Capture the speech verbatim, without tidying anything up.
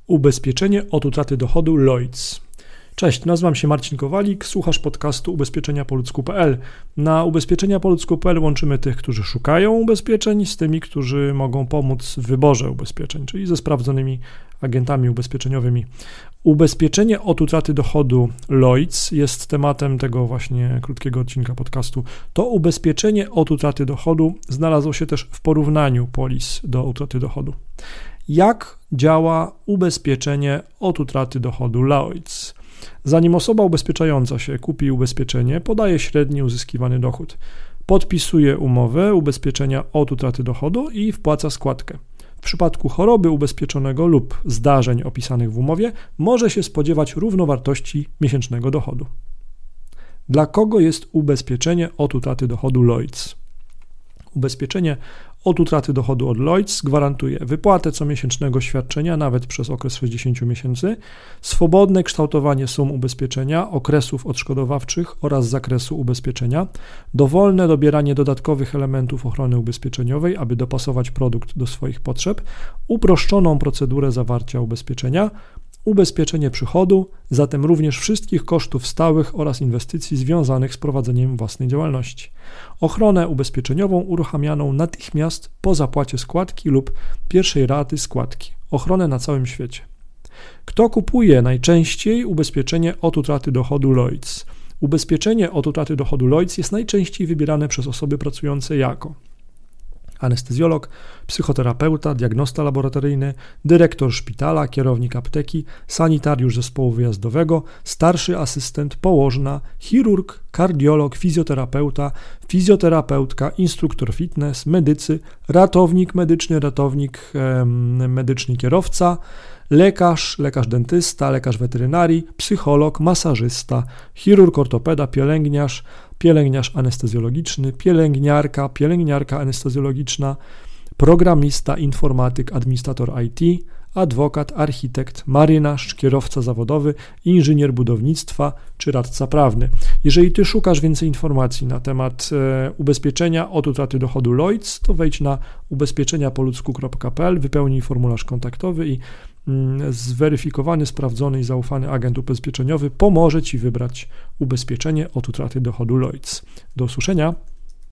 Ubezpieczenie od utraty dochodu Lloyds. Cześć, nazywam się Marcin Kowalik, słuchasz podcastu ubezpieczenia po ludzku kropka p l. Na ubezpieczenia po ludzku kropka p l łączymy tych, którzy szukają ubezpieczeń z tymi, którzy mogą pomóc w wyborze ubezpieczeń, czyli ze sprawdzonymi agentami ubezpieczeniowymi. Ubezpieczenie od utraty dochodu Lloyds jest tematem tego właśnie krótkiego odcinka podcastu. To ubezpieczenie od utraty dochodu znalazło się też w porównaniu polis do utraty dochodu. Jak działa ubezpieczenie od utraty dochodu Lloyds? Zanim osoba ubezpieczająca się kupi ubezpieczenie, podaje średni uzyskiwany dochód. Podpisuje umowę ubezpieczenia od utraty dochodu i wpłaca składkę. W przypadku choroby ubezpieczonego lub zdarzeń opisanych w umowie może się spodziewać równowartości miesięcznego dochodu. Dla kogo jest ubezpieczenie od utraty dochodu Lloyds? Ubezpieczenie od utraty dochodu od Lloyds gwarantuje wypłatę comiesięcznego świadczenia nawet przez okres sześćdziesięciu miesięcy, swobodne kształtowanie sum ubezpieczenia, okresów odszkodowawczych oraz zakresu ubezpieczenia, dowolne dobieranie dodatkowych elementów ochrony ubezpieczeniowej, aby dopasować produkt do swoich potrzeb, uproszczoną procedurę zawarcia ubezpieczenia, ubezpieczenie przychodu, zatem również wszystkich kosztów stałych oraz inwestycji związanych z prowadzeniem własnej działalności. Ochronę ubezpieczeniową uruchamianą natychmiast po zapłacie składki lub pierwszej raty składki. Ochronę na całym świecie. Kto kupuje najczęściej ubezpieczenie od utraty dochodu Lloyds? Ubezpieczenie od utraty dochodu Lloyds jest najczęściej wybierane przez osoby pracujące jako anestezjolog, psychoterapeuta, diagnosta laboratoryjny, dyrektor szpitala, kierownik apteki, sanitariusz zespołu wyjazdowego, starszy asystent, położna, chirurg, kardiolog, fizjoterapeuta, fizjoterapeutka, instruktor fitness, medycy, ratownik medyczny, ratownik e, medyczny kierowca, lekarz, lekarz dentysta, lekarz weterynarii, psycholog, masażysta, chirurg ortopeda, pielęgniarz, pielęgniarz anestezjologiczny, pielęgniarka, pielęgniarka anestezjologiczna, programista, informatyk, administrator I T, adwokat, architekt, marynarz, kierowca zawodowy, inżynier budownictwa czy radca prawny. Jeżeli Ty szukasz więcej informacji na temat e, ubezpieczenia od utraty dochodu Lloyds, to wejdź na ubezpieczenia po ludzku kropka p l, wypełnij formularz kontaktowy i mm, zweryfikowany, sprawdzony i zaufany agent ubezpieczeniowy pomoże Ci wybrać ubezpieczenie od utraty dochodu Lloyds. Do usłyszenia.